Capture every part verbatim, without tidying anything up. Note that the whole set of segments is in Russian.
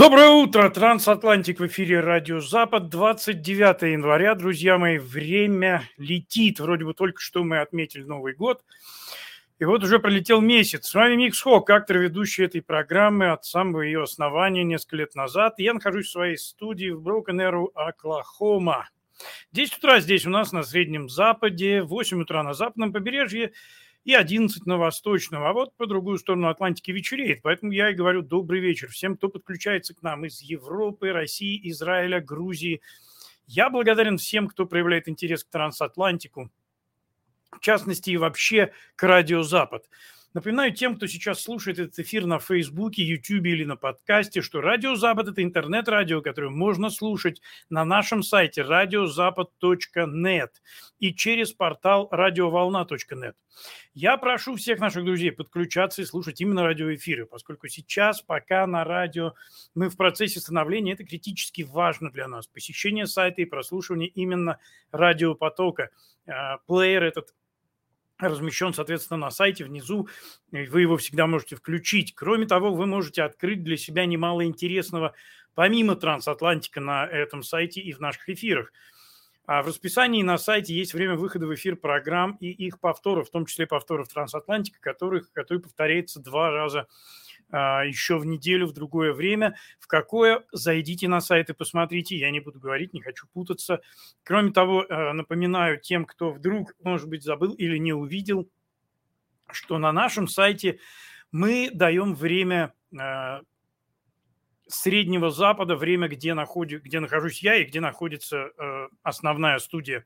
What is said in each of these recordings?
Доброе утро, Трансатлантик в эфире Радио Запад, двадцать девятое января, друзья мои, время летит, вроде бы только что мы отметили Новый год, и вот уже пролетел месяц. С вами Микс Хок, автор и ведущий этой программы от самого ее основания несколько лет назад. Я нахожусь в своей студии в Брокен Эрроу, Оклахома. десять утра здесь у нас на Среднем Западе, восемь утра на западном побережье и одиннадцать на восточном. А вот по другую сторону Атлантики вечереет. Поэтому я и говорю добрый вечер всем, кто подключается к нам из Европы, России, Израиля, Грузии. Я благодарен всем, кто проявляет интерес к Трансатлантику, в частности и вообще к Радио Запад. Напоминаю тем, кто сейчас слушает этот эфир на Фейсбуке, Ютубе или на подкасте, что Радио Запад – это интернет-радио, которое можно слушать на нашем сайте радиозапад точка нет и через портал радиоволна точка нет. Я прошу всех наших друзей подключаться и слушать именно радиоэфиры, поскольку сейчас, пока на радио мы в процессе становления, это критически важно для нас. Посещение сайта и прослушивание именно радиопотока. Плеер этот размещен, соответственно, на сайте внизу, и вы его всегда можете включить. Кроме того, вы можете открыть для себя немало интересного помимо Трансатлантика на этом сайте и в наших эфирах. А в расписании на сайте есть время выхода в эфир программ и их повторов, в том числе повторов Трансатлантика, которых, который повторяется два раза а, еще в неделю, в другое время. В какое? Зайдите на сайт и посмотрите. Я не буду говорить, не хочу путаться. Кроме того, напоминаю тем, кто вдруг, может быть, забыл или не увидел, что на нашем сайте мы даем время Среднего Запада, время, где, находи, где нахожусь я и где находится э, основная студия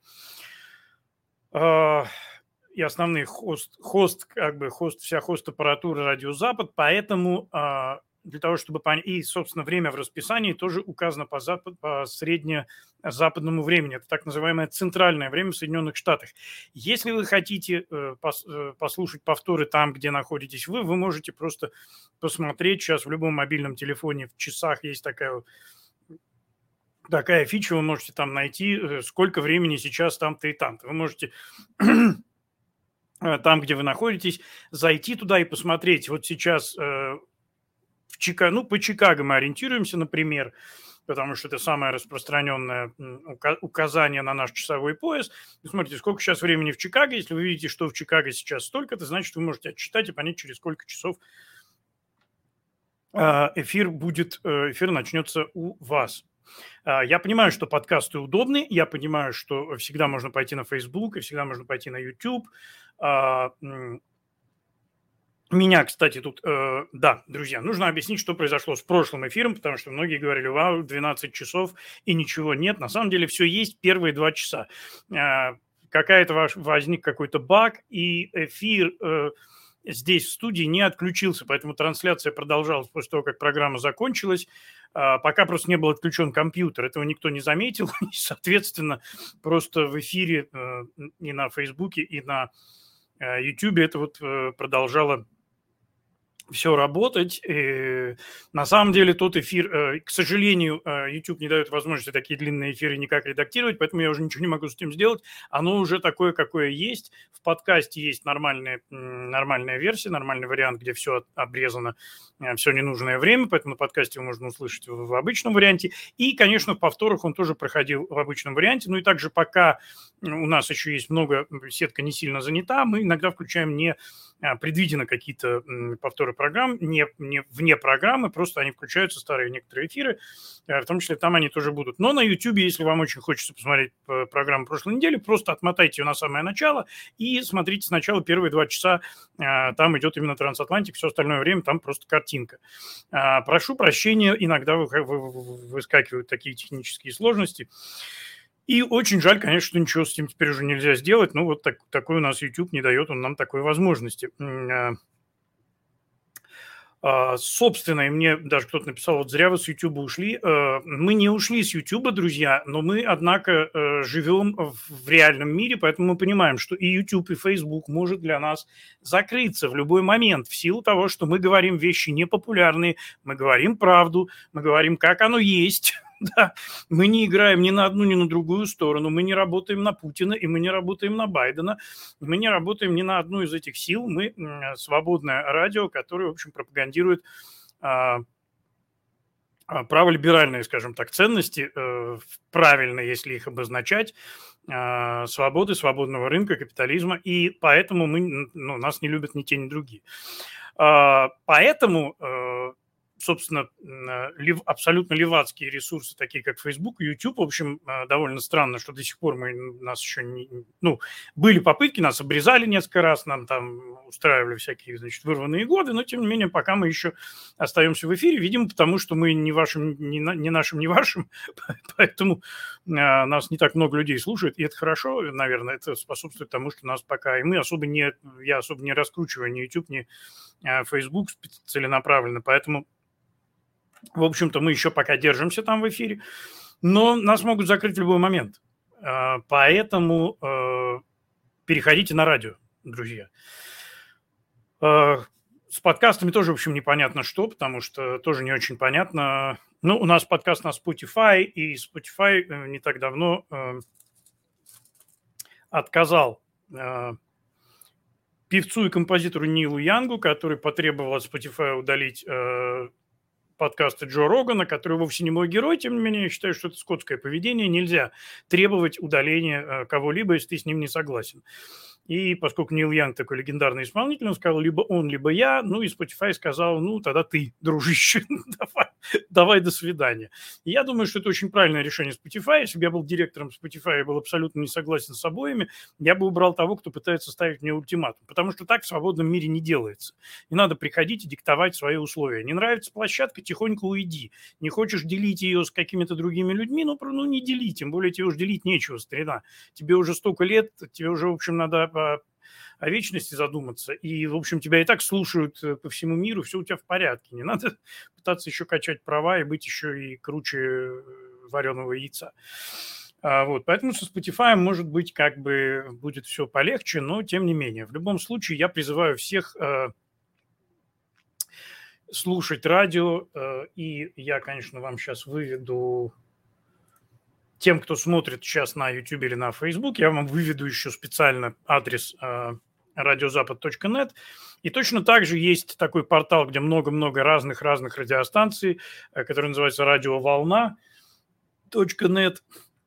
э, и основной хост, хост, как бы хост, вся хост-аппаратура Радио Запад. Поэтому э, для того, чтобы понять, и, собственно, время в расписании тоже указано по, запад, по среднезападному времени. Это так называемое центральное время в Соединенных Штатах. Если вы хотите э, пос, э, послушать повторы там, где находитесь вы, вы можете просто посмотреть. Сейчас в любом мобильном телефоне в часах есть такая, такая фича, вы можете там найти, сколько времени сейчас там-то и там-то. Вы можете там, где вы находитесь, зайти туда и посмотреть. Вот сейчас э, в Чикаго, ну, по Чикаго мы ориентируемся, например, потому что это самое распространенное указание на наш часовой пояс. Вы смотрите, сколько сейчас времени в Чикаго. Если вы видите, что в Чикаго сейчас столько, это значит, вы можете отсчитать и понять, через сколько часов эфир будет, эфир начнется у вас. Я понимаю, что подкасты удобны, я понимаю, что всегда можно пойти на Facebook и всегда можно пойти на YouTube. Меня, кстати, тут, э, да, друзья, нужно объяснить, что произошло с прошлым эфиром, потому что многие говорили, вау, двенадцать часов и ничего нет. На самом деле все есть первые два часа. Э, какая-то ваш, возник какой-то баг, и эфир э, здесь в студии не отключился, поэтому трансляция продолжалась после того, как программа закончилась. Э, пока просто не был отключен компьютер, этого никто не заметил, и, соответственно, просто в эфире э, и на Фейсбуке, и на Ютубе это вот э, продолжало все работать. И на самом деле тот эфир, к сожалению, YouTube не дает возможности такие длинные эфиры никак редактировать, поэтому я уже ничего не могу с этим сделать. Оно уже такое, какое есть. В подкасте есть нормальная, нормальная версия, нормальный вариант, где все обрезано, все ненужное время, поэтому на подкасте его можно услышать в обычном варианте. И, конечно, в повторах он тоже проходил в обычном варианте. Ну и также пока у нас еще есть много, сетка не сильно занята, мы иногда включаем не предвидено какие-то повторы программ, не, не вне программы, просто они включаются, старые некоторые эфиры, в том числе там они тоже будут. Но на YouTube, если вам очень хочется посмотреть программу прошлой недели, просто отмотайте ее на самое начало и смотрите сначала первые два часа, там идет именно Трансатлантик, все остальное время там просто картинка. Прошу прощения, иногда выскакивают такие технические сложности. И очень жаль, конечно, что ничего с этим теперь уже нельзя сделать. Ну, вот так, такой у нас YouTube не дает он нам такой возможности. Собственно, и мне даже кто-то написал, вот зря вы с YouTube ушли. Мы не ушли с YouTube, друзья, но мы, однако, живем в реальном мире, поэтому мы понимаем, что и YouTube, и Facebook может для нас закрыться в любой момент в силу того, что мы говорим вещи непопулярные, мы говорим правду, мы говорим, как оно есть. Да, мы не играем ни на одну, ни на другую сторону, мы не работаем на Путина, и мы не работаем на Байдена, мы не работаем ни на одну из этих сил, мы свободное радио, которое, в общем, пропагандирует а, праволиберальные, скажем так, ценности, э, правильно, если их обозначать, э, свободы, свободного рынка, капитализма, и поэтому мы, ну, нас не любят ни те, ни другие. А, поэтому, э, собственно, м, лев, абсолютно левацкие ресурсы, такие как Facebook и YouTube, в общем, э, довольно странно, что до сих пор мы, нас еще не... Ну, были попытки, нас обрезали несколько раз, нам там устраивали всякие, значит, вырванные годы, но, тем не менее, пока мы еще остаемся в эфире, видимо, потому что мы не вашим, не, на, не нашим, не вашим, поэтому э, нас не так много людей слушает, и это хорошо, наверное, это способствует тому, что нас пока... И мы особо не... Я особо не раскручиваю ни YouTube, ни Facebook целенаправленно, поэтому, в общем-то, мы еще пока держимся там в эфире, но нас могут закрыть в любой момент. Поэтому переходите на радио, друзья. С подкастами тоже, в общем, непонятно что, потому что тоже не очень понятно. Ну, у нас подкаст на Spotify, и Spotify не так давно отказал певцу и композитору Нилу Янгу, который потребовал от Spotify удалить э, подкасты Джо Рогана, который вовсе не мой герой, тем не менее, я считаю, что это скотское поведение. Нельзя требовать удаления э, кого-либо, если ты с ним не согласен. И поскольку Нил Янг такой легендарный исполнитель, он сказал, либо он, либо я. Ну, и Spotify сказал, ну, тогда ты, дружище, давай, давай, до свидания. И я думаю, что это очень правильное решение Spotify. Если бы я был директором Spotify и был абсолютно не согласен с обоими, я бы убрал того, кто пытается ставить мне ультиматум. Потому что так в свободном мире не делается. Не надо приходить и диктовать свои условия. Не нравится площадка, тихонько уйди. Не хочешь делить ее с какими-то другими людьми, ну, ну не дели. Тем более тебе уже делить нечего, старина. Тебе уже столько лет, тебе уже, в общем, надо о вечности задуматься. И, в общем, тебя и так слушают по всему миру, все у тебя в порядке. Не надо пытаться еще качать права и быть еще и круче вареного яйца. А, вот, поэтому со Spotify, может быть, как бы будет все полегче, но тем не менее. В любом случае, я призываю всех э, слушать радио, э, и я, конечно, вам сейчас выведу... Тем, кто смотрит сейчас на YouTube или на Facebook, я вам выведу еще специально адрес э, радиозапад точка нет. И точно так же есть такой портал, где много-много разных-разных радиостанций, э, который называется радиоволна точка нет.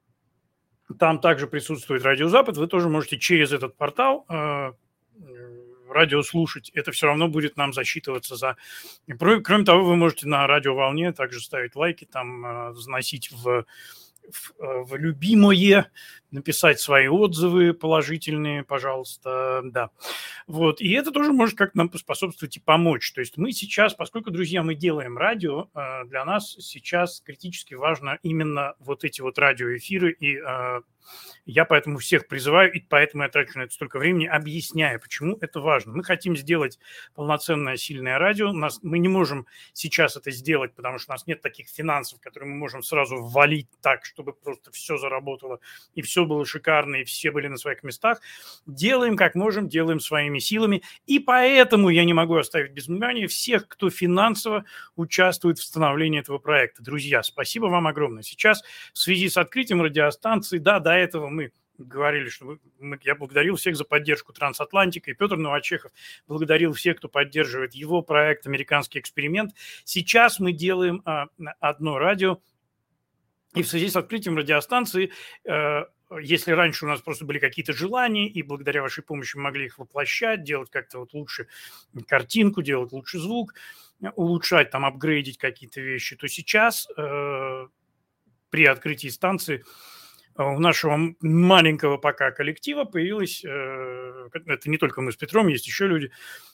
Там также присутствует Радио Запад. Вы тоже можете через этот портал э, радио слушать. Это все равно будет нам засчитываться за... Кроме того, вы можете на радиоволне также ставить лайки, там э, заносить в... В, в любимое, написать свои отзывы положительные, пожалуйста, да. Вот, и это тоже может как-то нам поспособствовать и помочь. То есть мы сейчас, поскольку, друзья, мы делаем радио, для нас сейчас критически важно именно вот эти вот радиоэфиры, и я поэтому всех призываю, и поэтому я трачу на это столько времени, объясняя, почему это важно. Мы хотим сделать полноценное, сильное радио. У нас, мы не можем сейчас это сделать, потому что у нас нет таких финансов, которые мы можем сразу ввалить так, чтобы просто все заработало, и все было шикарно, и все были на своих местах. Делаем как можем, делаем своими силами. И поэтому я не могу оставить без внимания всех, кто финансово участвует в становлении этого проекта. Друзья, спасибо вам огромное. Сейчас в связи с открытием радиостанции, да, до этого мы говорили, что мы, я благодарил всех за поддержку Трансатлантика, и Петр Новочехов благодарил всех, кто поддерживает его проект «Американский эксперимент». Сейчас мы делаем а, одно радио, и в связи с открытием радиостанции, э, если раньше у нас просто были какие-то желания, и благодаря вашей помощи мы могли их воплощать, делать как-то вот лучше картинку, делать лучше звук, улучшать, там, апгрейдить какие-то вещи, то сейчас э, при открытии станции у нашего маленького пока коллектива появилось, это не только мы с Петром, есть еще люди,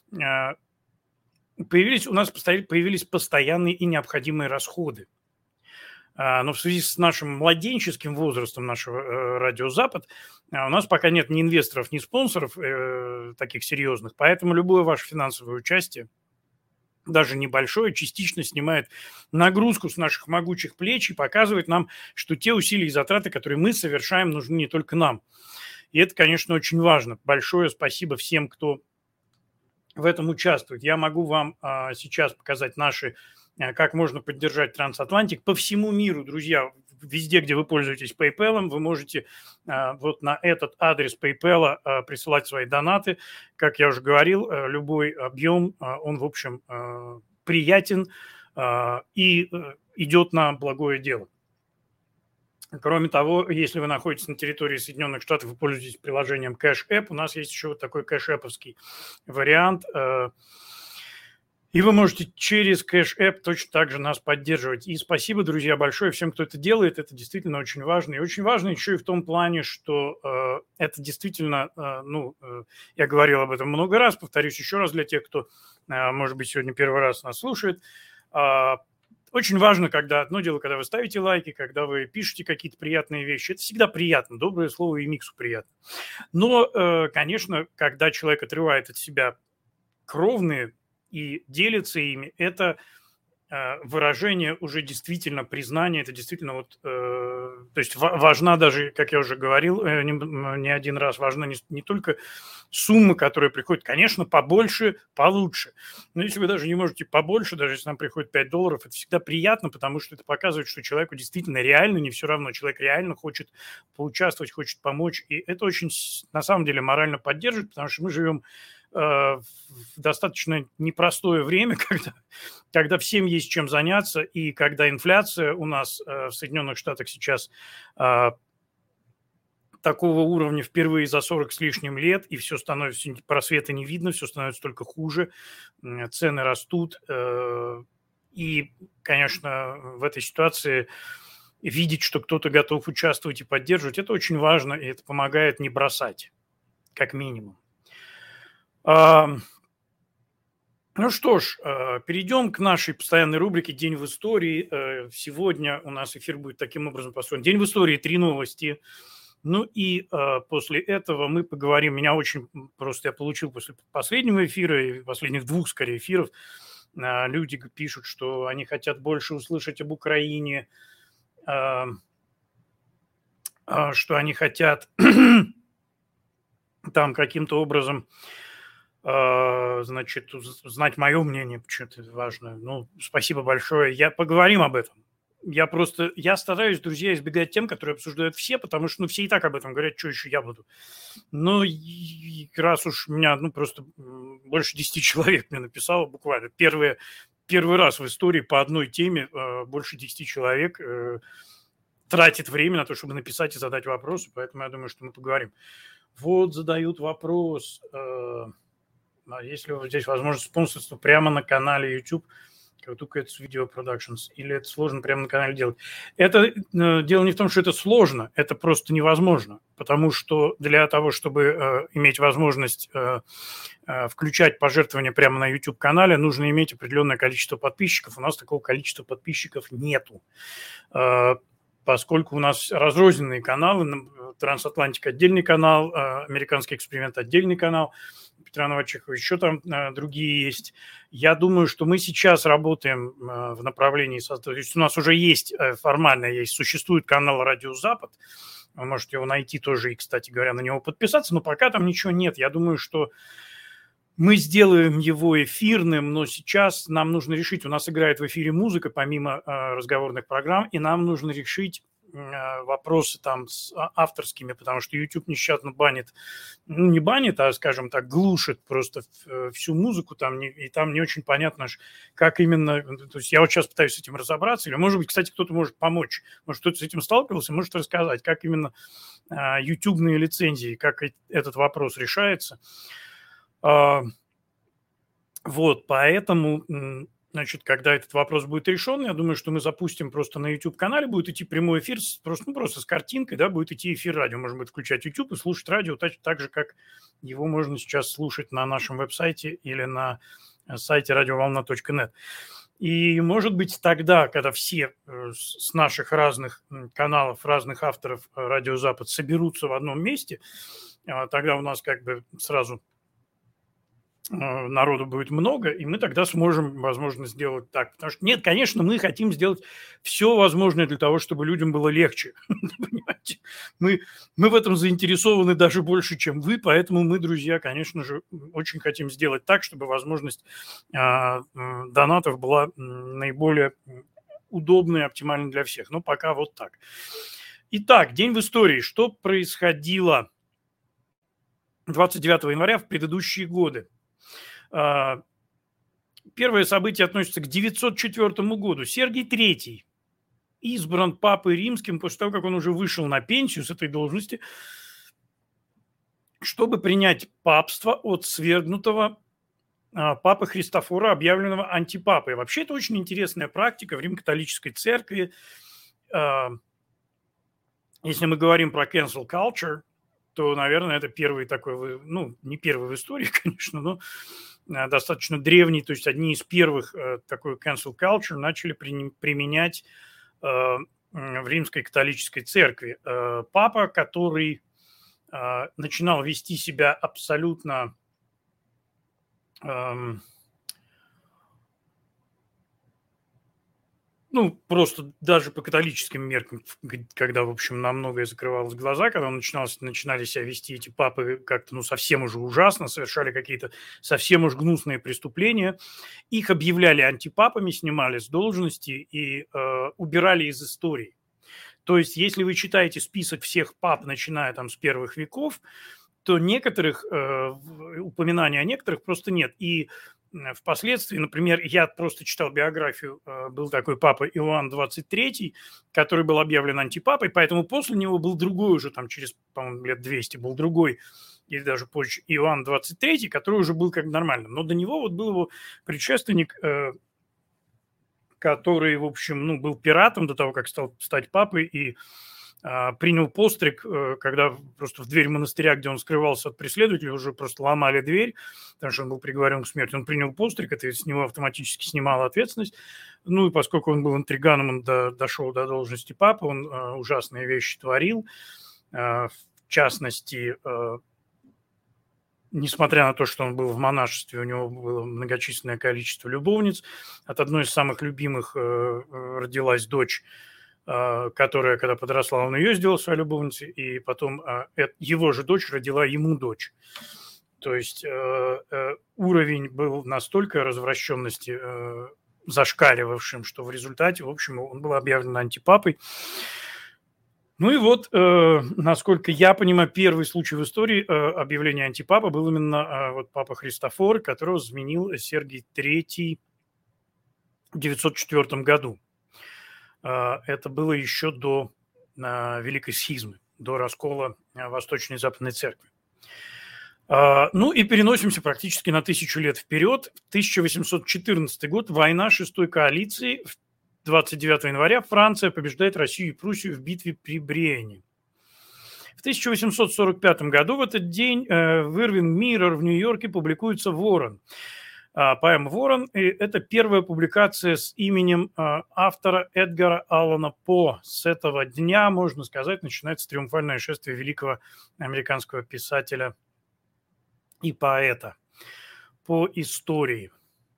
появились у нас появились постоянные и необходимые расходы. Но в связи с нашим младенческим возрастом нашего радио «Запад» у нас пока нет ни инвесторов, ни спонсоров таких серьезных, поэтому любое ваше финансовое участие, даже небольшое, частично снимает нагрузку с наших могучих плеч и показывает нам, что те усилия и затраты, которые мы совершаем, нужны не только нам. И это, конечно, очень важно. Большое спасибо всем, кто в этом участвует. Я могу вам а, сейчас показать наши, а, как можно поддержать Трансатлантик по всему миру, друзья. Везде, где вы пользуетесь PayPal, вы можете а, вот на этот адрес PayPal а, присылать свои донаты. Как я уже говорил, а, любой объем, а, он, в общем, а, приятен. А, и идет на благое дело. Кроме того, если вы находитесь на территории Соединенных Штатов, вы пользуетесь приложением Cash App, у нас есть еще вот такой кэш-эповский вариант, и вы можете через Cash App точно так же нас поддерживать. И спасибо, друзья, большое всем, кто это делает. Это действительно очень важно. И очень важно еще и в том плане, что э, это действительно, э, ну, э, я говорил об этом много раз, повторюсь еще раз для тех, кто, э, может быть, сегодня первый раз нас слушает. Э, очень важно, когда, одно дело, когда вы ставите лайки, когда вы пишете какие-то приятные вещи. Это всегда приятно. Доброе слово и миксу приятно. Но, э, конечно, когда человек отрывает от себя кровные и делится ими, это э, выражение уже действительно признания, это действительно вот, э, то есть ва- важна даже, как я уже говорил э, не, не один раз, важна не, не только сумма, которая приходит, конечно, побольше, получше, но если вы даже не можете побольше, даже если нам приходит пять долларов, это всегда приятно, потому что это показывает, что человеку действительно реально не все равно, человек реально хочет поучаствовать, хочет помочь, и это очень, на самом деле, морально поддерживает, потому что мы живем в достаточно непростое время, когда, когда всем есть чем заняться, и когда инфляция у нас в Соединенных Штатах сейчас такого уровня впервые за сорок с лишним лет, и все становится, просвета не видно, все становится только хуже, цены растут, и, конечно, в этой ситуации видеть, что кто-то готов участвовать и поддерживать, это очень важно, и это помогает не бросать, как минимум. Ну что ж, перейдем к нашей постоянной рубрике «День в истории». Сегодня у нас эфир будет таким образом построен. «День в истории», три новости. Ну и после этого мы поговорим. Меня очень просто, я получил после последнего эфира, и последних двух, скорее, эфиров, люди пишут, что они хотят больше услышать об Украине, что они хотят там каким-то образом... значит, знать мое мнение, что-то важно. Ну, спасибо большое. Я поговорим об этом. Я просто, я стараюсь, друзья, избегать тем, которые обсуждают все, потому что, ну, все и так об этом говорят, что еще я буду. Ну, и раз уж меня, ну, просто больше десяти человек мне написало буквально. Первый, первый раз в истории по одной теме больше десяти человек тратит время на то, чтобы написать и задать вопросы, поэтому я думаю, что мы поговорим. Вот задают вопрос... А есть ли вот здесь возможность спонсорства прямо на канале YouTube, как только это с Video Productions, или это сложно прямо на канале делать? Это э, дело не в том, что это сложно, это просто невозможно, потому что для того, чтобы э, иметь возможность э, э, включать пожертвования прямо на YouTube-канале, нужно иметь определенное количество подписчиков. У нас такого количества подписчиков нету. Э, поскольку у нас разрозненные каналы, Трансатлантик отдельный канал, Американский эксперимент отдельный канал, Петра Новочихова, еще там а, другие есть. Я думаю, что мы сейчас работаем а, в направлении... То есть у нас уже есть, а, формально есть, существует канал «Радио Запад». Вы можете его найти тоже и, кстати говоря, на него подписаться, но пока там ничего нет. Я думаю, что мы сделаем его эфирным, но сейчас нам нужно решить... У нас играет в эфире музыка помимо а, разговорных программ, и нам нужно решить вопросы там с авторскими, потому что YouTube нещадно банит, ну не банит, а, скажем так, глушит просто всю музыку там, не, и там не очень понятно, как именно, то есть я вот сейчас пытаюсь с этим разобраться, или, может быть, кстати, кто-то может помочь, может, кто-то с этим сталкивался, может рассказать, как именно а, ютубные лицензии, как этот вопрос решается. А, вот, поэтому... Значит, когда этот вопрос будет решен, я думаю, что мы запустим просто на YouTube-канале, будет идти прямой эфир, с, просто, ну, просто с картинкой, да, будет идти эфир радио. Можно будет включать YouTube и слушать радио так, так же, как его можно сейчас слушать на нашем веб-сайте или на сайте радиоволна точка нет. И, может быть, тогда, когда все с наших разных каналов, разных авторов «Радио Запад» соберутся в одном месте, тогда у нас как бы сразу... народу будет много, и мы тогда сможем, возможно, сделать так. Потому что, нет, конечно, мы хотим сделать все возможное для того, чтобы людям было легче. Понимаете? Мы, мы в этом заинтересованы даже больше, чем вы, поэтому мы, друзья, конечно же, очень хотим сделать так, чтобы возможность а, донатов была наиболее удобной и оптимальной для всех. Но пока вот так. Итак, день в истории. Что происходило двадцать девятого января в предыдущие годы? Первое событие относится к девятьсот четвёртому году. Сергий третий избран Папой Римским после того, как он уже вышел на пенсию с этой должности, чтобы принять папство от свергнутого а, Папы Христофора, объявленного антипапой. Вообще это очень интересная практика в Римо-католической церкви. А, Если мы говорим про cancel culture, то, наверное, это первый такой, ну, не первый в истории, конечно, но а, достаточно древний, то есть одни из первых а, такой cancel culture начали при- применять а, в Римской католической церкви. А, Папа, который а, начинал вести себя абсолютно ам, ну, просто даже по католическим меркам, г- когда, в общем, на многое закрывалось глаза, когда начиналось, начинали себя вести эти папы как-то, ну, совсем уже ужасно, совершали какие-то совсем уж гнусные преступления, их объявляли антипапами, снимали с должности и э, убирали из истории. То есть, если вы читаете список всех пап, начиная там с первых веков, то некоторых, э, в- упоминаний о некоторых просто нет. И м, впоследствии, например, я просто читал биографию, э, был такой папа Иоанн двадцать третий, который был объявлен антипапой, поэтому после него был другой уже, там через, по-моему, лет двести был другой, или даже позже, Иоанн двадцать третий, который уже был как нормальным. Но до него вот был его предшественник, э, который, в общем, ну, был пиратом до того, как стал стать папой, и а, принял постриг, э, когда просто в дверь монастыря, где он скрывался от преследователей, уже просто ломали дверь, потому что он был приговорен к смерти. Он принял постриг, это с него автоматически снимало ответственность. Ну и поскольку он был интриганом, он до- дошел до должности папы, он э, ужасные вещи творил. Э, в частности, э, несмотря на то, что он был в монашестве, у него было многочисленное количество любовниц. От одной из самых любимых э, э, родилась дочь, э, которая, когда подросла, он ее сделал своей любовницей, и потом э, эт- его же дочь родила ему дочь. То есть э, э, уровень был настолько развращенности э, зашкаливавшим, что в результате, в общем, он был объявлен антипапой. Ну и вот, э, насколько я понимаю, первый случай в истории э, объявления антипапа был именно э, вот папа Христофор, которого заменил Сергий третий в девятьсот четвёртом году. Э, это было еще до э, Великой схизмы, до раскола э, Восточной и Западной Церкви. А, Ну и переносимся практически на тысячу лет вперед. В тысяча восемьсот четырнадцатый год, война шестой коалиции. В двадцать девятого января Франция побеждает Россию и Пруссию в битве при Бриене. В тысяча восемьсот сорок пятом году в этот день э, в Irving Mirror в Нью-Йорке публикуется «Ворон». А, Поэма «Ворон» – и это первая публикация с именем а, автора Эдгара Аллана По. С этого дня, можно сказать, начинается триумфальное шествие великого американского писателя и поэта по истории.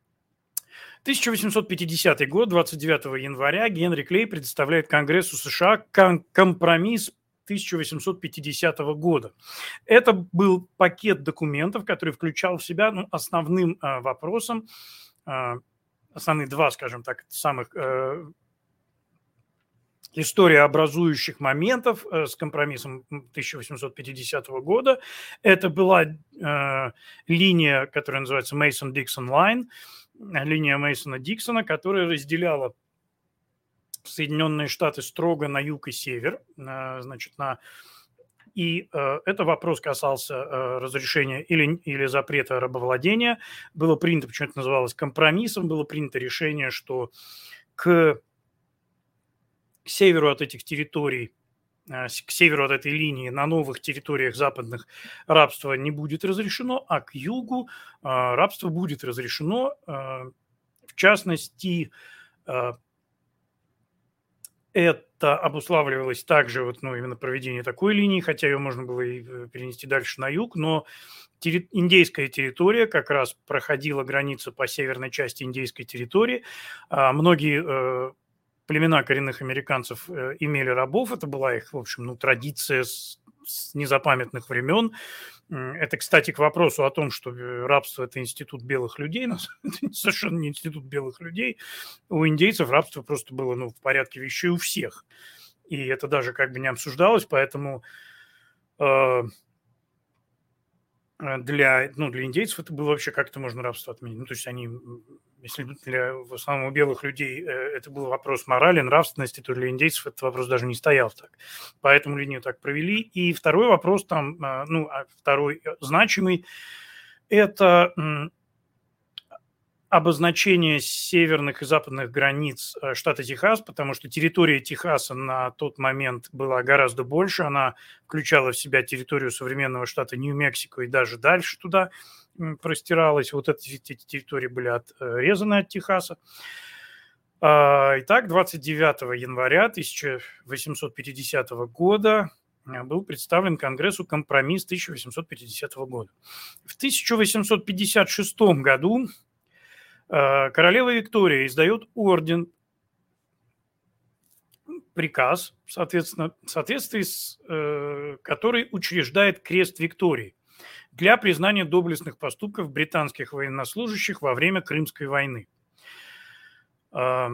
тысяча восемьсот пятидесятый год, двадцать девятого января, Генри Клей предоставляет Конгрессу США ком- компромисс тысяча восемьсот пятидесятого года. Это был пакет документов, который включал в себя, ну, основным э, вопросом, э, основные два, скажем так, самых э, историообразующих моментов э, с компромиссом тысяча восемьсот пятидесятого года. Это была э, линия, которая называется Mason-Dixon Line, э, линия Мейсона-Диксона, которая разделяла Соединенные Штаты строго на юг и север, э, значит, на и э, этот вопрос касался э, разрешения или, или запрета рабовладения. Было принято, почему это называлось компромиссом, было принято решение, что к северу от этих территорий, э, с- к северу от этой линии на новых территориях западных рабство не будет разрешено, а к югу э, рабство будет разрешено. Э, в частности, э, это обуславливалось также, вот, ну, именно проведение такой линии, хотя ее можно было и э, перенести дальше на юг, но терри- индейская территория как раз проходила границу по северной части индейской территории. А, Многие э, племена коренных американцев э, имели рабов, это была их, в общем, ну, традиция с, с незапамятных времен. М, Это, кстати, к вопросу о том, что э, рабство – это институт белых людей, но это совершенно не институт белых людей. У индейцев рабство просто было, ну, в порядке вещей у всех. И это даже как бы не обсуждалось, поэтому э, э, для, ну, для индейцев это было вообще как-то можно рабство отменить. Ну, то есть они м, если для, в основном у белых людей это был вопрос морали, нравственности, то для индейцев этот вопрос даже не стоял так. Поэтому линию так провели. И второй вопрос там, ну, второй значимый, это обозначение северных и западных границ штата Техас, потому что территория Техаса на тот момент была гораздо больше. Она включала в себя территорию современного штата Нью-Мексико и даже дальше туда простиралась. Вот эти, эти территории были отрезаны от Техаса. Итак, двадцать девятого января тысяча восемьсот пятидесятого года был представлен Конгрессу компромисс тысяча восемьсот пятидесятого года. В тысяча восемьсот пятьдесят шестом году королева Виктория издает орден, приказ, соответственно, в соответствии с э, который учреждает крест Виктории для признания доблестных поступков британских военнослужащих во время Крымской войны. Э,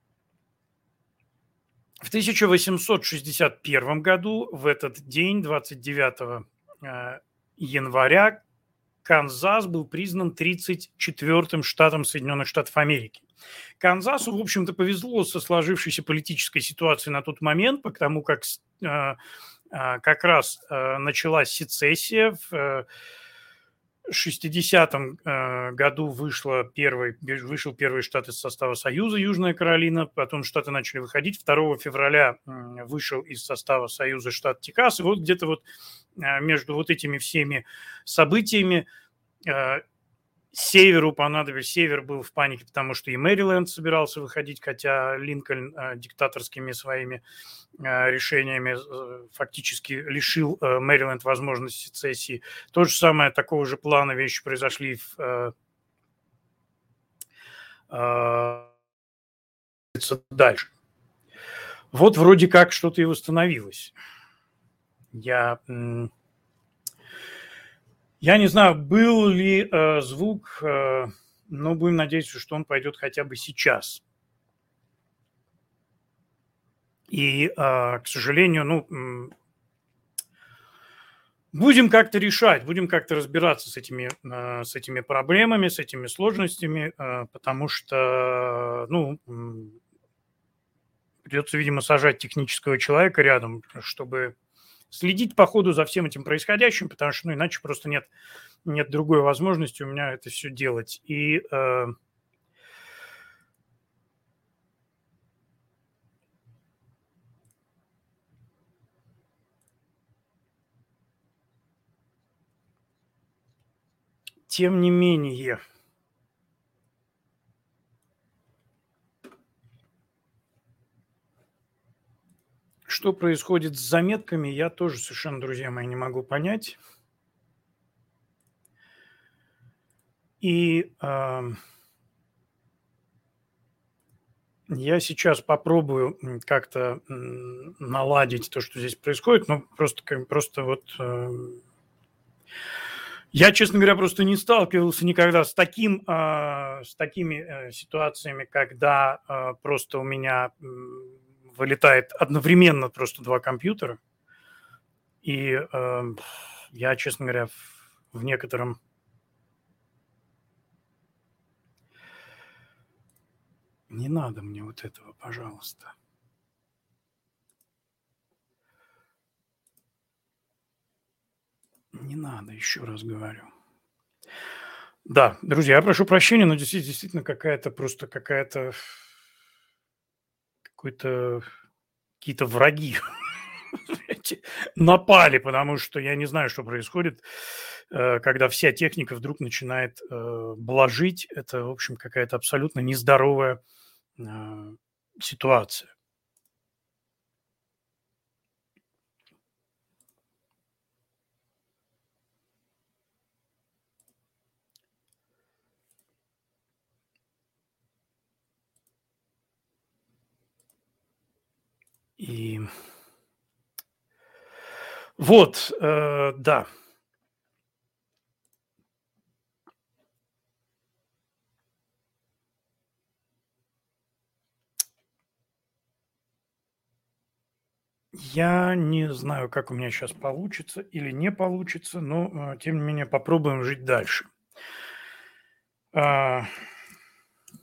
в тысяча восемьсот шестьдесят первом году, в этот день, двадцать девятого января, Канзас был признан тридцать четвёртым штатом Соединенных Штатов Америки. Канзасу, в общем-то, повезло со сложившейся политической ситуацией на тот момент, потому как э, как раз э, началась сецессия. В шестидесятом году вышло первый, вышел первый штат из состава Союза, Южная Каролина, потом штаты начали выходить. второго февраля вышел из состава Союза штат Техас. И вот где-то вот между вот этими всеми событиями Северу понадобилось, Север был в панике, потому что и Мэриленд собирался выходить, хотя Линкольн диктаторскими своими решениями фактически лишил Мэриленд возможности сецессии. То же самое, такого же плана вещи произошли в дальше. Вот вроде как что-то и восстановилось. Я... Я не знаю, был ли э, звук, э, но будем надеяться, что он пойдет хотя бы сейчас. И, э, к сожалению, ну, будем как-то решать, будем как-то разбираться с этими, э, с этими проблемами, с этими сложностями, э, потому что, ну, придется, видимо, сажать технического человека рядом, чтобы... следить по ходу за всем этим происходящим, потому что, ну, иначе просто нет, нет другой возможности у меня это все делать. И э, тем не менее, что происходит с заметками, я тоже совершенно, друзья мои, не могу понять. И э, я сейчас попробую как-то наладить то, что здесь происходит, но просто, просто вот... Э, я, честно говоря, просто не сталкивался никогда с, таким, э, с такими э, ситуациями, когда э, просто у меня... Э, вылетает одновременно просто два компьютера. И э, я, честно говоря, в, в некотором... Не надо мне вот этого, пожалуйста. Не надо, еще раз говорю. Да, друзья, я прошу прощения, но здесь действительно какая-то просто какая-то... Какой-то... Какие-то враги напали, потому что я не знаю, что происходит, когда вся техника вдруг начинает блажить. Это, в общем, какая-то абсолютно нездоровая ситуация. И вот, э, да. Я не знаю, как у меня сейчас получится или не получится, но, тем не менее, попробуем жить дальше. А...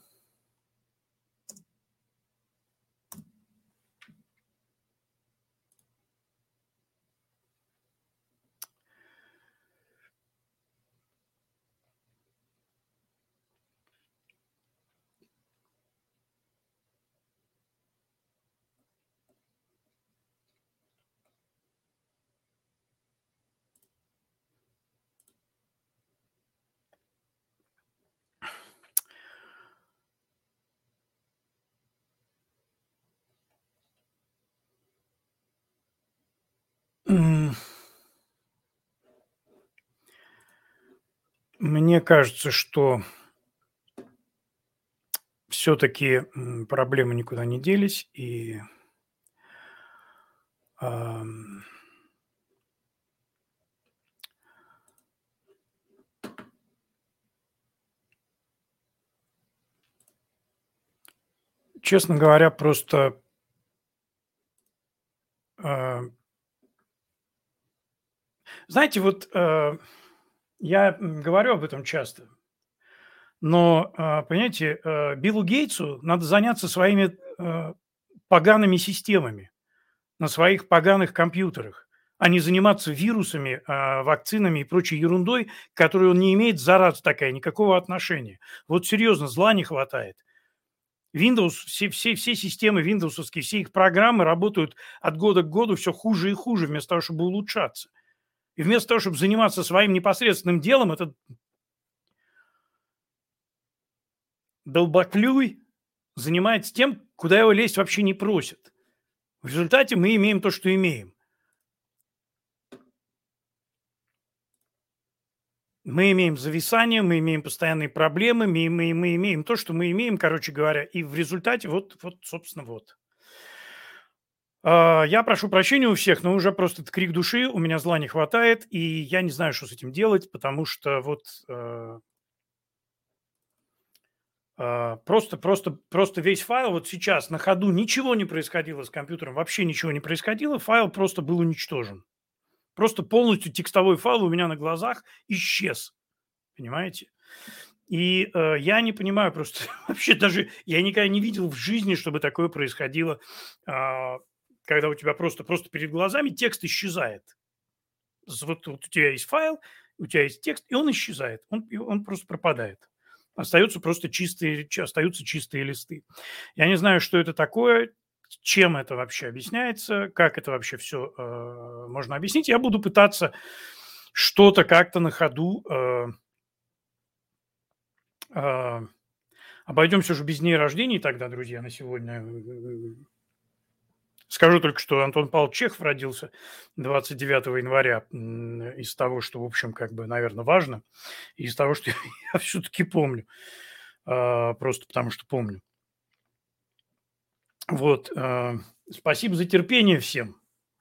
Мне кажется, что все-таки проблемы никуда не делись, и ам, честно говоря, просто а, знаете, вот э, я м, говорю об этом часто, но, а, понимаете, э, Биллу Гейтсу надо заняться своими э, погаными системами на своих поганых компьютерах, а не заниматься вирусами, а, вакцинами и прочей ерундой, к которой он не имеет, зараза такая, никакого отношения. Вот серьезно, зла не хватает. Windows, все, все, все системы виндовсовские, все их программы работают от года к году все хуже и хуже, вместо того, чтобы улучшаться. И вместо того, чтобы заниматься своим непосредственным делом, этот долбоклюй занимается тем, куда его лезть вообще не просят. В результате мы имеем то, что имеем. Мы имеем зависание, мы имеем постоянные проблемы, мы, мы, мы имеем то, что мы имеем, короче говоря, и в результате вот, вот собственно, вот. А, Я прошу прощения у всех, но уже просто это крик души, у меня зла не хватает, и я не знаю, что с этим делать, потому что вот э, э, просто, просто, просто весь файл вот сейчас на ходу ничего не происходило с компьютером, вообще ничего не происходило, файл просто был уничтожен. Просто полностью текстовой файл у меня на глазах исчез, понимаете? И э, я не понимаю просто, вообще даже я никогда не видел в жизни, чтобы такое происходило, а, когда у тебя просто, просто перед глазами текст исчезает. З- Вот, вот у тебя есть файл, у тебя есть текст, и он исчезает, он, и он просто пропадает. Остаются просто чистые, ч- остаются чистые листы. Я не знаю, что это такое, чем это вообще объясняется, как это вообще все можно объяснить. Я буду пытаться что-то как-то на ходу э, э, обойдемся уже без дней рождений тогда, друзья, на сегодня. Скажу только, что Антон Павлович Чехов родился двадцать девятого января м, из того, что, в общем, как бы, наверное, важно, и из того, что я все-таки помню, а, просто потому что помню. Вот. а, Спасибо за терпение всем.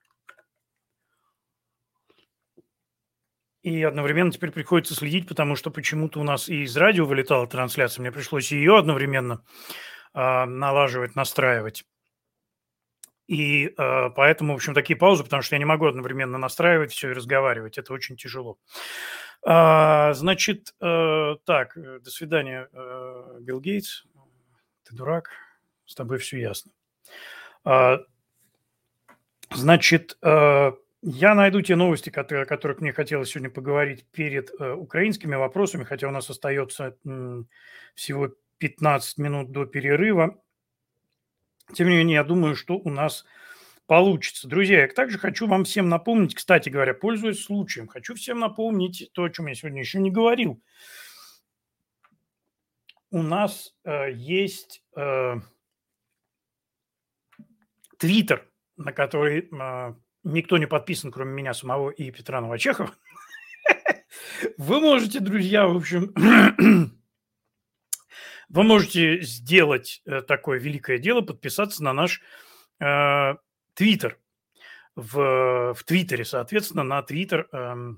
И одновременно теперь приходится следить, потому что почему-то у нас и из радио вылетала трансляция, мне пришлось ее одновременно а, налаживать, настраивать. И, э, поэтому, в общем, такие паузы, потому что я не могу одновременно настраивать все и разговаривать. Это очень тяжело. А, значит, э, так, э, до свидания, э, Билл Гейтс. Ты дурак, с тобой все ясно. А, значит, э, я найду те новости, которые, о которых мне хотелось сегодня поговорить перед э, украинскими вопросами, хотя у нас остается м, всего пятнадцать минут до перерыва. Тем не менее, я думаю, что у нас получится. Друзья, я также хочу вам всем напомнить, кстати говоря, пользуясь случаем, хочу всем напомнить то, о чем я сегодня еще не говорил. У нас э, есть э, Твиттер, на который э, никто не подписан, кроме меня самого и Петра Новочехова. Вы можете, друзья, в общем, вы можете сделать э, такое великое дело, подписаться на наш э, Твиттер. В, в Твиттере, соответственно, на Твиттер эм,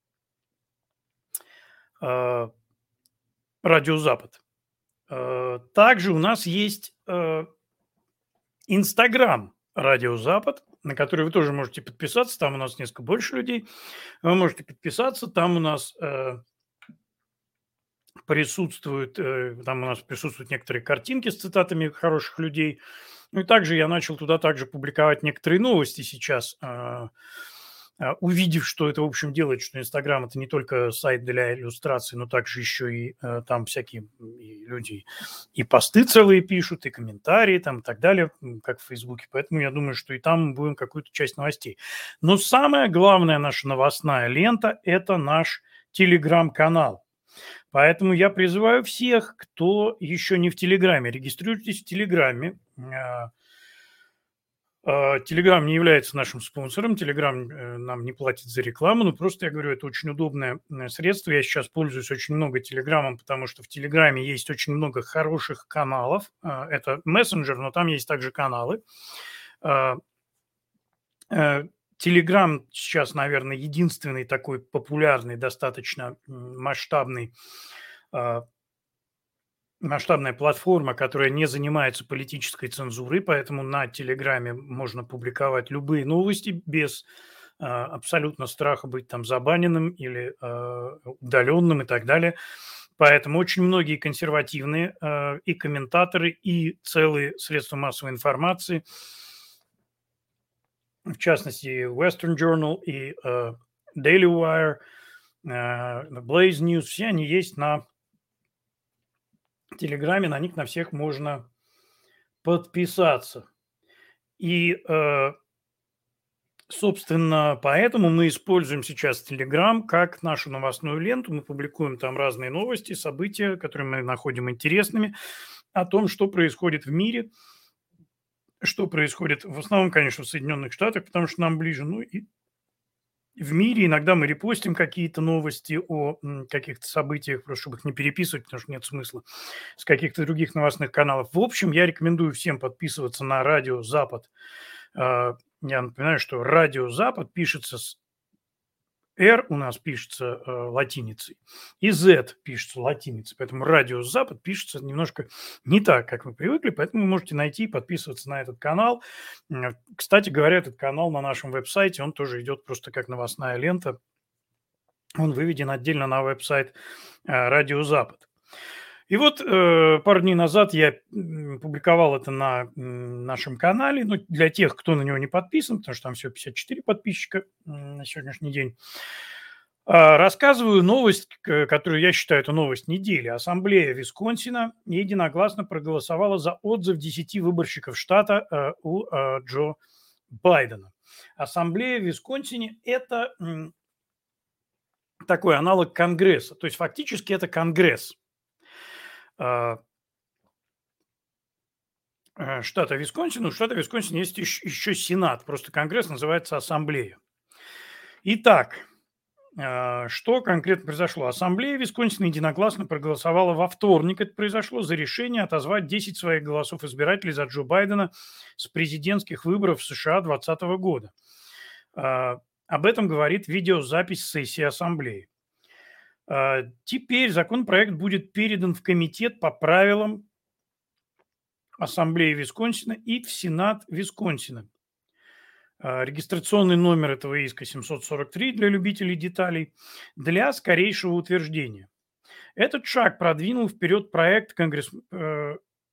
э, Радио Запад. Э, Также у нас есть э, Инстаграм Радио Запад, на который вы тоже можете подписаться. Там у нас несколько больше людей. Вы можете подписаться. Там у нас э, присутствуют, э, там у нас присутствуют некоторые картинки с цитатами хороших людей. Ну и также я начал туда также публиковать некоторые новости сейчас, а, а, увидев, что это, в общем, делает, что Инстаграм – это не только сайт для иллюстраций, но также еще и э, там всякие и люди и посты целые пишут, и комментарии там и так далее, м, как в Фейсбуке. Поэтому я думаю, что и там мы будем какую-то часть новостей. Но самая главная наша новостная лента – это наш Телеграм-канал. Поэтому я призываю всех, кто еще не в Телеграме, регистрируйтесь в Телеграме. А, Telegram не является нашим спонсором, Telegram э, нам не платит за рекламу, но просто я говорю, это очень удобное э, средство. Я сейчас пользуюсь очень много Телеграмом, потому что в Телеграме есть очень много хороших каналов. Э, Это мессенджер, но там есть также каналы. Телеграм сейчас, наверное, единственный такой популярный, достаточно м, масштабный а, масштабная платформа, которая не занимается политической цензурой, поэтому на Телеграме можно публиковать любые новости без а, абсолютно страха быть там забаненным или а, удаленным и так далее. Поэтому очень многие консервативные а, и комментаторы, и целые средства массовой информации, в частности, Western Journal и а, Daily Wire, а, Blaze News, все они есть на Телеграме, на них на всех можно подписаться. И, э, собственно, поэтому мы используем сейчас Telegram как нашу новостную ленту. Мы публикуем там разные новости, события, которые мы находим интересными, о том, что происходит в мире, что происходит в основном, конечно, в Соединенных Штатах, потому что нам ближе, ну и в мире. Иногда мы репостим какие-то новости о м, каких-то событиях, просто чтобы их не переписывать, потому что нет смысла, с каких-то других новостных каналов. В общем, я рекомендую всем подписываться на Радио Запад. А, Я напоминаю, что Радио Запад пишется с R, у нас пишется э, латиницей, и Z пишется латиницей. Поэтому Радио Запад пишется немножко не так, как вы привыкли, поэтому вы можете найти и подписываться на этот канал. М, Кстати говоря, этот канал на нашем веб-сайте, он тоже идет просто как новостная лента. Он выведен отдельно на веб-сайт э, Радио Запад. И вот э, пару дней назад я м, публиковал это на м, нашем канале. Ну, для тех, кто на него не подписан, потому что там всего пятьдесят четыре подписчика м, на сегодняшний день. А, Рассказываю новость, к- которую я считаю, это новость недели. Ассамблея Висконсина единогласно проголосовала за отзыв десяти выборщиков штата э, у э, Джо Байдена. Ассамблея в Висконсине – это м, такой аналог Конгресса. То есть фактически это Конгресс а, э, штата Висконсин. У штата Висконсин есть еще, еще Сенат, просто Конгресс называется Ассамблея. Итак, а, что конкретно произошло? Ассамблея Висконсина единогласно проголосовала во вторник, это произошло, за решение отозвать десять своих голосов избирателей за Джо Байдена с президентских выборов в США две тысячи двадцатого года. А, Об этом говорит видеозапись сессии Ассамблеи. А, Теперь законопроект будет передан в комитет по правилам Ассамблеи Висконсина и в Сенат Висконсина. А, Регистрационный номер этого иска семьсот сорок три для любителей деталей для скорейшего утверждения. Этот шаг продвинул вперед проект конгресс... э,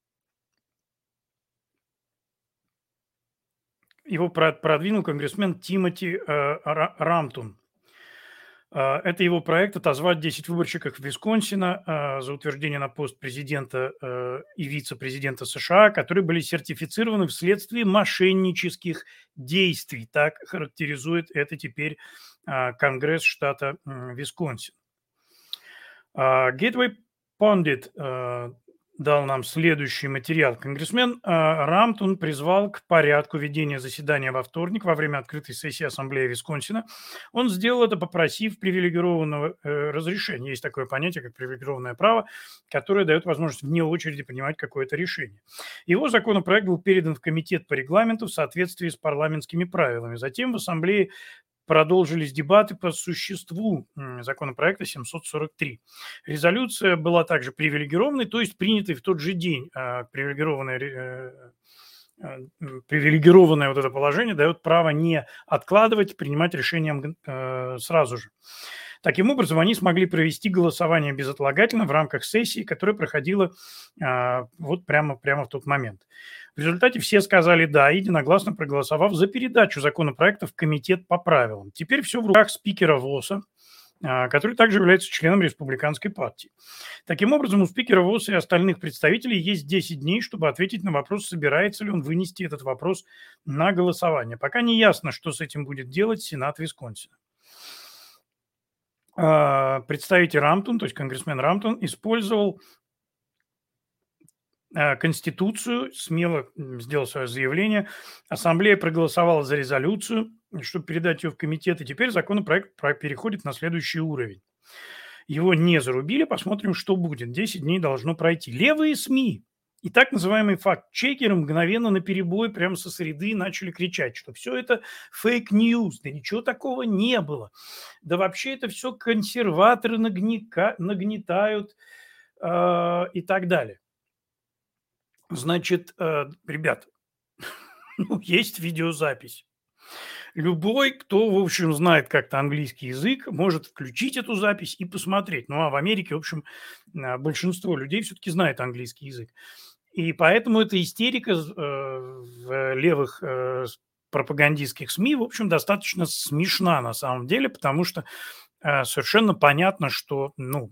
его про- продвинул конгрессмен Тимоти э, Ра- Рамтун. А, Это его проект отозвать десять выборщиков Висконсина а, за утверждение на пост президента э, и вице-президента США, которые были сертифицированы вследствие мошеннических действий. Так характеризует это теперь а, Конгресс штата м, Висконсин. А, Gateway Pundit э, дал нам следующий материал. Конгрессмен э, Рамтун призвал к порядку ведения заседания во вторник во время открытой сессии Ассамблеи Висконсина. Он сделал это, попросив привилегированного э, разрешения. Есть такое понятие, как привилегированное право, которое дает возможность вне очереди принимать какое-то решение. Его законопроект был передан в комитет по регламенту в соответствии с парламентскими правилами. Затем в Ассамблее продолжились дебаты по существу м, законопроекта семьсот сорок три. Резолюция была также привилегированной, то есть принятой в тот же день. А, Привилегированная ре- э, э, м, привилегированное вот это положение дает право не откладывать, принимать решения мгн- э, сразу же. Таким образом, они смогли провести голосование безотлагательно в рамках сессии, которая проходила а, вот прямо, прямо в тот момент. В результате все сказали «да», единогласно проголосовав за передачу законопроекта в комитет по правилам. Теперь все в руках спикера ВОСа, а, который также является членом Республиканской партии. Таким образом, у спикера ВОСа и остальных представителей есть десять дней, чтобы ответить на вопрос, собирается ли он вынести этот вопрос на голосование. Пока не ясно, что с этим будет делать Сенат Висконсина. А, Представитель Рамтун, то есть конгрессмен Рамтун, использовал э, Конституцию, смело м, сделал свое заявление. Ассамблея проголосовала за резолюцию, чтобы передать ее в комитет, и теперь законопроект про- переходит на следующий уровень. Его не зарубили, посмотрим, что будет. десять дней должно пройти. Левые СМИ и так называемые факт-чекеры мгновенно наперебой прямо со среды начали кричать, что все это фейк-ньюс, да ничего такого не было. Да вообще это все консерваторы нагника- нагнетают э, и так далее. Значит, э, ребят, ну, есть видеозапись. Любой, кто, в общем, знает как-то английский язык, может включить эту запись и посмотреть. Ну, а в Америке, в общем, а, большинство людей все-таки знает английский язык. И поэтому эта истерика з- э, в левых э, с- пропагандистских СМИ, в общем, достаточно смешна на самом деле, потому что э, совершенно понятно, что, ну,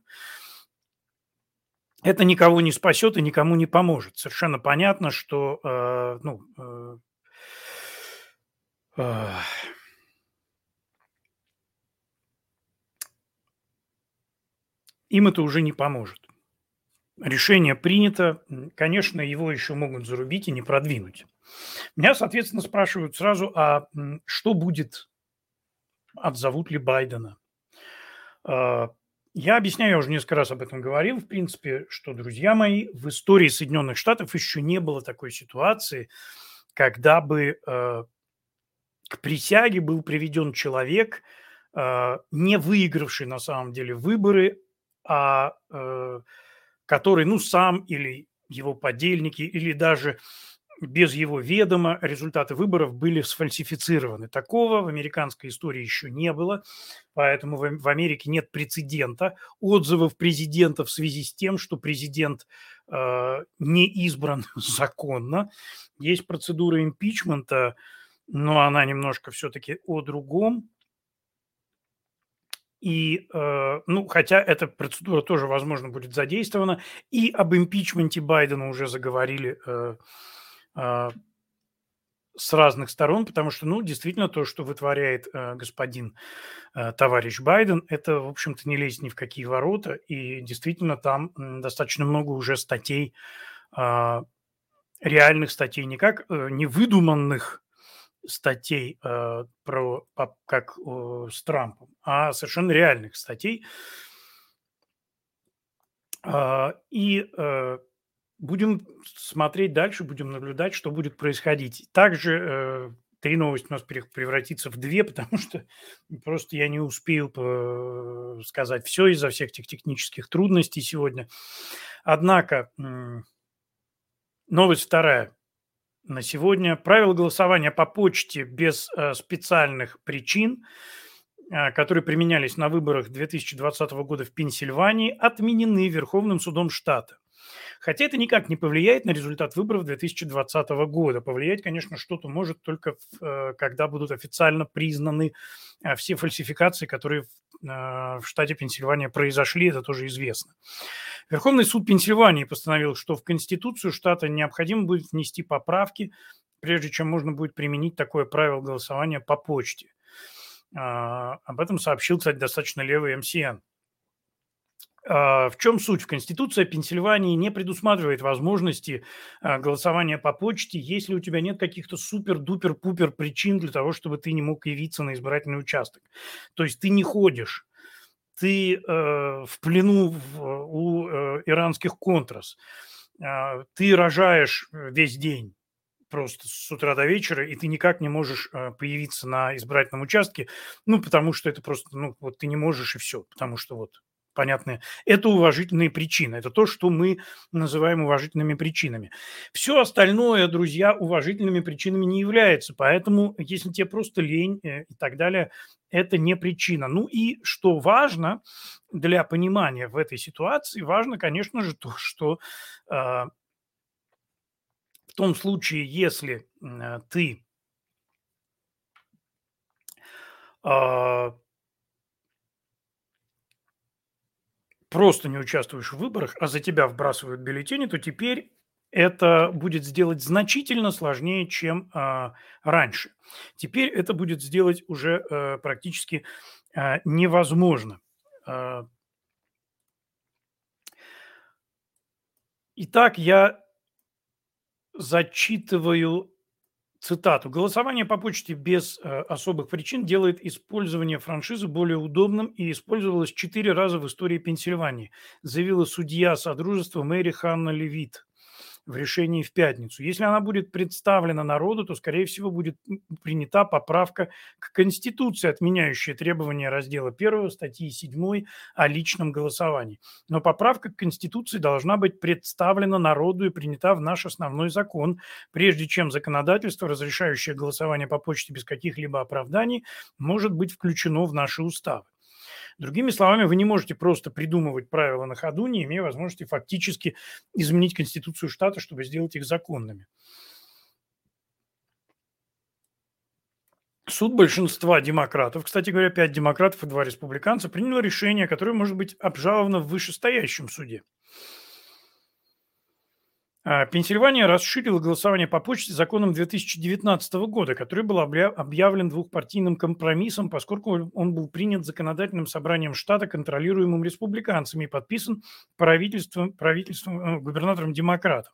это никого не спасет и никому не поможет. Совершенно понятно, что, э, ну, э, э, им это уже не поможет. Решение принято, м, конечно, его еще могут зарубить и не продвинуть. Меня, соответственно, спрашивают сразу, а м, что будет, отзовут ли Байдена? А, Я объясняю, я уже несколько раз об этом говорил, в принципе, что, друзья мои, в истории Соединенных Штатов еще не было такой ситуации, когда бы э, к присяге был приведен человек, э, не выигравший на самом деле выборы, а э, который, ну, сам или его подельники, или даже без его ведома результаты выборов были сфальсифицированы. Такого в американской истории еще не было, поэтому в, в Америке нет прецедента отзывов президента в связи с тем, что президент э, не избран законно. Есть процедура импичмента, но она немножко все-таки о другом. И, э, ну, хотя эта процедура тоже, возможно, будет задействована, и об импичменте Байдена уже заговорили э, э, с разных сторон, потому что, ну, действительно, то, что вытворяет э, господин э, товарищ Байден, это, в общем-то, не лезет ни в какие ворота, и действительно там м, достаточно много уже статей, а, реальных статей, не как э, невыдуманных статей э, про по- как э, с Трампом, а совершенно реальных статей. А, И э, будем смотреть дальше, будем наблюдать, что будет происходить. Также э, три новости у нас пере- превратится в две, потому что просто я не успею по- сказать все из-за всех этих технических трудностей сегодня. Однако м, новость вторая на сегодня. Правила голосования по почте без э, специальных причин, э, которые применялись на выборах две тысячи двадцатого года в Пенсильвании, отменены Верховным судом штата. Хотя это никак не повлияет на результат выборов две тысячи двадцатого года. Повлиять, конечно, что-то может только, в, э, когда будут официально признаны э, все фальсификации, которые в, э, в штате Пенсильвания произошли, это тоже известно. Верховный суд Пенсильвании постановил, что в Конституцию штата необходимо будет внести поправки, прежде чем можно будет применить такое правило голосования по почте. А, Об этом сообщил, кстати, достаточно левый эм си эн. А, В чем суть? В Конституции Пенсильвании не предусматривает возможности а, голосования по почте, если у тебя нет каких-то супер-дупер-пупер причин для того, чтобы ты не мог явиться на избирательный участок. То есть ты не ходишь, ты э, в плену в- у э, иранских контрас, а, ты рожаешь э, весь день просто с утра до вечера, и ты никак не можешь э, появиться на избирательном участке, ну, потому что это просто, ну, вот ты не можешь и все, потому что вот понятно, это уважительные причины, это то, что мы называем уважительными причинами. Все остальное, друзья, уважительными причинами не является, поэтому если тебе просто лень э, и так далее, это не причина. Ну и что важно для понимания в этой ситуации, важно, конечно же, то, что э, в том случае, если м, ты а, просто не участвуешь в выборах, а за тебя вбрасывают бюллетени, то теперь это будет сделать значительно сложнее, чем а, раньше. Теперь это будет сделать уже э, практически а, невозможно. А, Итак, я зачитываю цитату. «Голосование по почте без э, особых причин делает использование франшизы более удобным и использовалось четыре раза в истории Пенсильвании», заявила судья Содружества Мэри Ханна Левит в решении в пятницу. Если она будет представлена народу, то, скорее всего, будет принята поправка к Конституции, отменяющая требования раздела первого статьи седьмой о личном голосовании. Но поправка к Конституции должна быть представлена народу и принята в наш основной закон, прежде чем законодательство, разрешающее голосование по почте без каких-либо оправданий, может быть включено в наши уставы. Другими словами, вы не можете просто придумывать правила на ходу, не имея возможности фактически изменить Конституцию штата, чтобы сделать их законными. Суд большинства демократов, кстати говоря, пять демократов и два республиканца, принял решение, которое может быть обжаловано в вышестоящем суде. А, Пенсильвания расширила голосование по почте законом две тысячи девятнадцатого года, который был обля- объявлен двухпартийным компромиссом, поскольку он был принят законодательным собранием штата, контролируемым республиканцами, и подписан правительством, правительством э, губернатором-демократом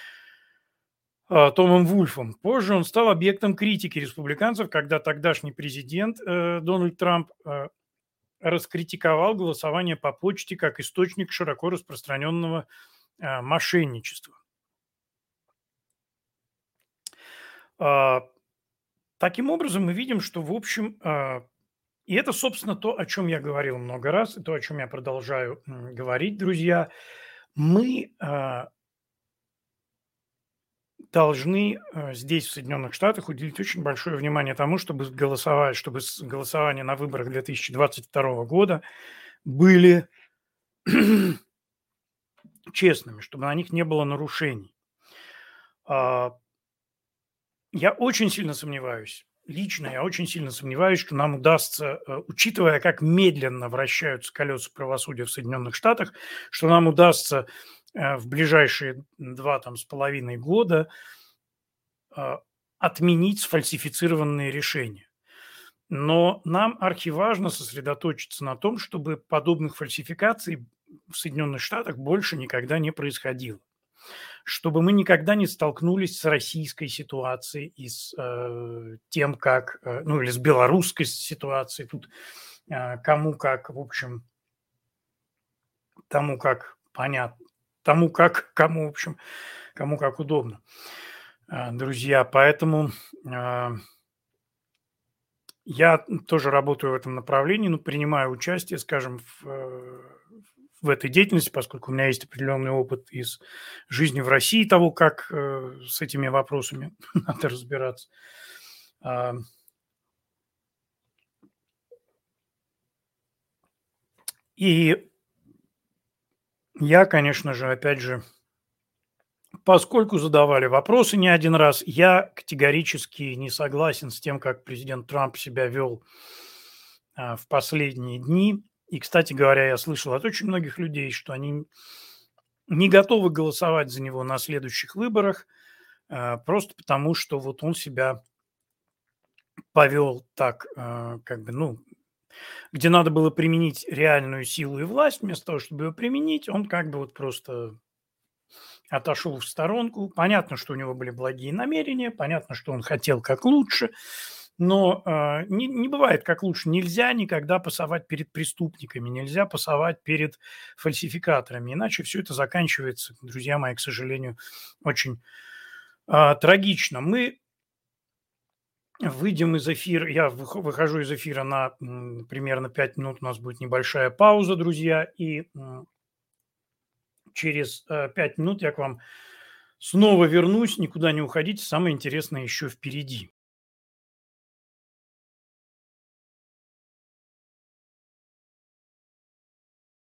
э, Томом Вульфом. Позже он стал объектом критики республиканцев, когда тогдашний президент э, Дональд Трамп э, раскритиковал голосование по почте как источник широко распространенного э, мошенничества. А, Таким образом, мы видим, что, в общем, а, и это, собственно, то, о чем я говорил много раз, и то, о чем я продолжаю м, говорить, друзья. Мы а, должны а, здесь, в Соединенных Штатах, уделить очень большое внимание тому, чтобы голосовать, чтобы с- голосования на выборах две тысячи двадцать второго года были честными, чтобы на них не было нарушений. А, Я очень сильно сомневаюсь, лично я очень сильно сомневаюсь, что нам удастся, э, учитывая, как медленно вращаются колеса правосудия в Соединенных Штатах, что нам удастся э, в ближайшие два там, с половиной года э, отменить сфальсифицированные решения. Но нам архиважно сосредоточиться на том, чтобы подобных фальсификаций в Соединенных Штатах больше никогда не происходило, чтобы мы никогда не столкнулись с российской ситуацией и с э, тем, как, э, ну или с белорусской ситуацией, тут э, кому как, в общем, тому как понятно, тому как, кому, в общем, кому как удобно, э, друзья. Поэтому э, я тоже работаю в этом направлении, ну, принимаю участие, скажем, в, э, в этой деятельности, поскольку у меня есть определенный опыт из жизни в России, того, как э, с этими вопросами надо разбираться. А, И я, конечно же, опять же, поскольку задавали вопросы не один раз, я категорически не согласен с тем, как президент Трамп себя вел а, в последние дни. И, кстати говоря, я слышал от очень многих людей, что они не готовы голосовать за него на следующих выборах, а, просто потому, что вот он себя повел так, а, как бы, ну, где надо было применить реальную силу и власть, вместо того, чтобы ее применить, он как бы вот просто отошел в сторонку. Понятно, что у него были благие намерения, понятно, что он хотел как лучше, но э, не, не бывает как лучше. Нельзя никогда пасовать перед преступниками, нельзя пасовать перед фальсификаторами, иначе все это заканчивается, друзья мои, к сожалению, очень э, трагично. Мы выйдем из эфира, я вых- выхожу из эфира на м, примерно пять минут, у нас будет небольшая пауза, друзья, и м, через э, пять минут я к вам снова вернусь, никуда не уходите, самое интересное еще впереди.